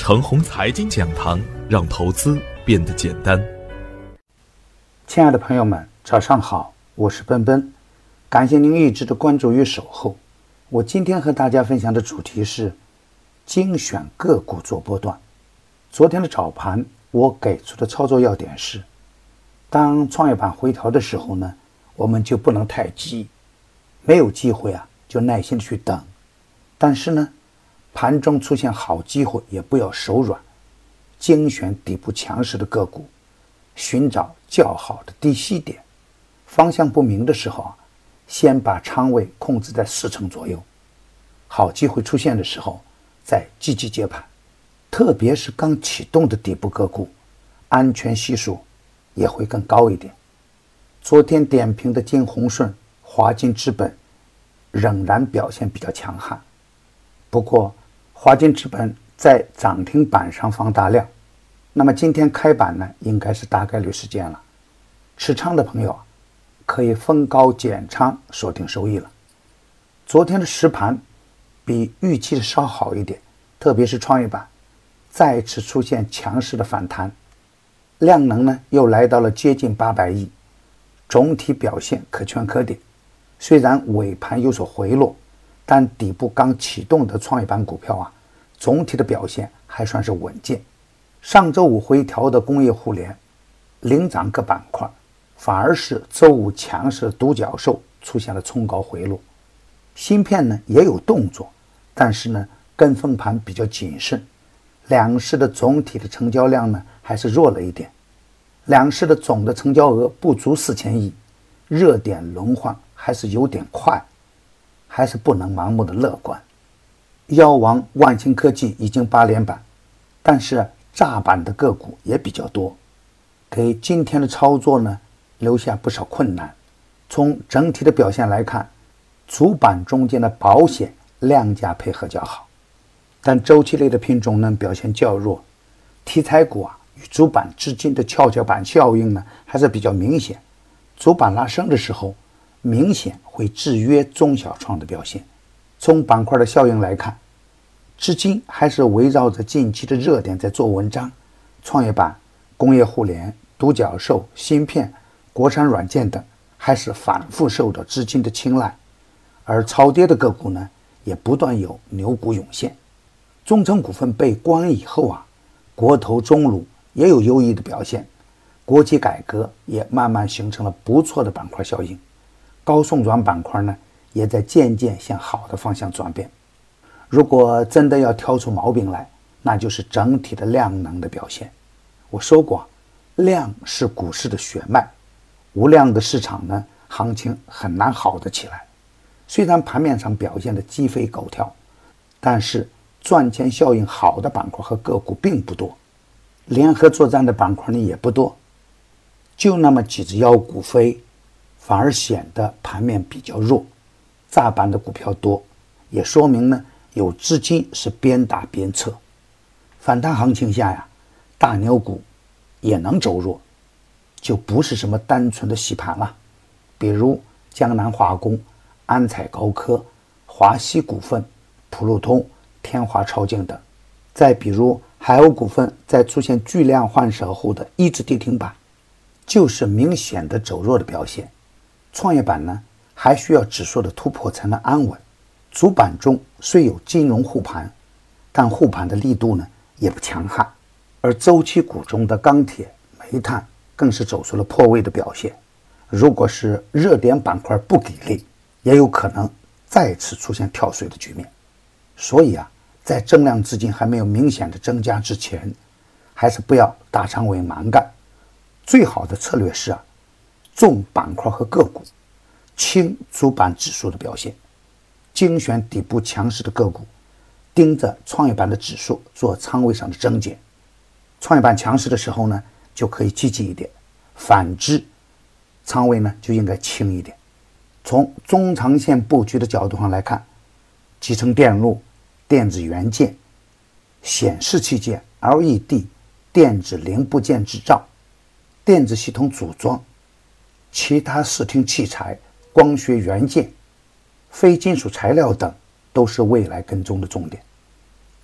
程红财经讲堂，让投资变得简单。 亲爱的朋友们，早上好，我是奔奔，感谢您一直的关注与守候。我今天和大家分享的主题是精选个股做波段。昨天的早盘我给出的操作要点是，当创业板回调的时候呢，我们就不能太急，没有机会就耐心的去等。但是呢，盘中出现好机会也不要手软，精选底部强势的个股，寻找较好的低吸点。方向不明的时候先把仓位控制在40%左右，好机会出现的时候再积极接盘。特别是刚启动的底部个股，安全系数也会更高一点。昨天点评的金鸿顺、华金资本仍然表现比较强悍，不过华金资本在涨停板上放大量，那么今天开板呢，应该是大概率事件了。持仓的朋友可以分高减仓锁定收益了。昨天的实盘比预期的稍好一点，特别是创业板再次出现强势的反弹，量能呢又来到了接近800亿，总体表现可圈可点。虽然尾盘有所回落，但底部刚启动的创业板股票总体的表现还算是稳健。上周五回调的工业互联领涨各板块，反而是周五强势的独角兽出现了冲高回落。芯片呢也有动作，但是呢跟风盘比较谨慎，两市的总体的成交量呢还是弱了一点，两市的总的成交额不足4000亿，热点轮换还是有点快，还是不能盲目的乐观。妖王万兴科技已经8连板，但是炸板的个股也比较多，给今天的操作呢留下不少困难。从整体的表现来看，主板中间的保险量价配合较好，但周期类的品种呢表现较弱。题材股与主板资金的跷跷板效应呢还是比较明显，主板拉升的时候明显会制约中小创的表现。从板块的效应来看，资金还是围绕着近期的热点在做文章，创业板、工业互联、独角兽、芯片、国产软件等还是反复受到资金的青睐，而超跌的个股呢也不断有牛股涌现。中诚股份被关以后国投中路也有优异的表现，国企改革也慢慢形成了不错的板块效应，高送转板块呢也在渐渐向好的方向转变。如果真的要挑出毛病来，那就是整体的量能的表现。我说过，量是股市的血脉，无量的市场呢行情很难好得起来。虽然盘面上表现的鸡飞狗跳，但是赚钱效应好的板块和个股并不多，联合作战的板块呢也不多，就那么几只妖股飞，反而显得盘面比较弱。炸板的股票多，也说明呢有资金是边打边撤。反弹行情下大牛股也能走弱，就不是什么单纯的洗盘了。比如江南化工、安采高科、华西股份、普路通、天华超净等。再比如海鸥股份在出现巨量换手后的一直跌停板，就是明显的走弱的表现。创业板呢还需要指数的突破才能安稳。主板中虽有金融护盘，但护盘的力度呢也不强悍。而周期股中的钢铁、煤炭更是走出了破位的表现。如果是热点板块不给力，也有可能再次出现跳水的局面。所以在增量资金还没有明显的增加之前，还是不要大仓位蛮干。最好的策略是重板块和个股，轻主板指数的表现，精选底部强势的个股，盯着创业板的指数做仓位上的增减。创业板强势的时候呢就可以积极一点，反之仓位呢就应该轻一点。从中长线布局的角度上来看，集成电路、电子元件、显示器件、LED、电子零部件制造、电子系统组装、其他视听器材、光学元件、非金属材料等都是未来跟踪的重点。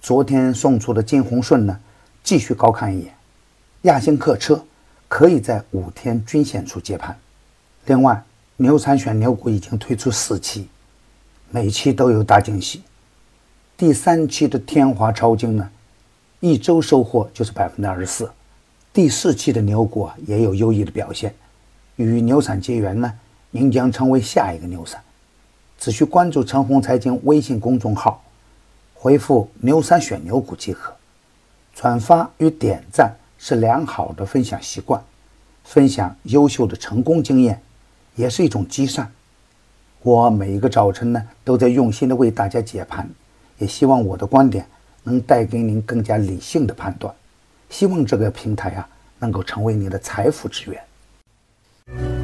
昨天送出的金鸿顺呢，继续高看一眼。亚星客车可以在5天均线处接盘。另外，牛散选牛股已经推出4期，每期都有大惊喜。第3期的天华超精呢，一周收获就是24%。第4期的牛股也有优异的表现，与牛散结缘呢，您将成为下一个牛散。只需关注陈红财经微信公众号，回复牛散选牛股即可。转发与点赞是良好的分享习惯，分享优秀的成功经验也是一种积善。我每一个早晨呢，都在用心的为大家解盘，也希望我的观点能带给您更加理性的判断。希望这个平台能够成为您的财富之源。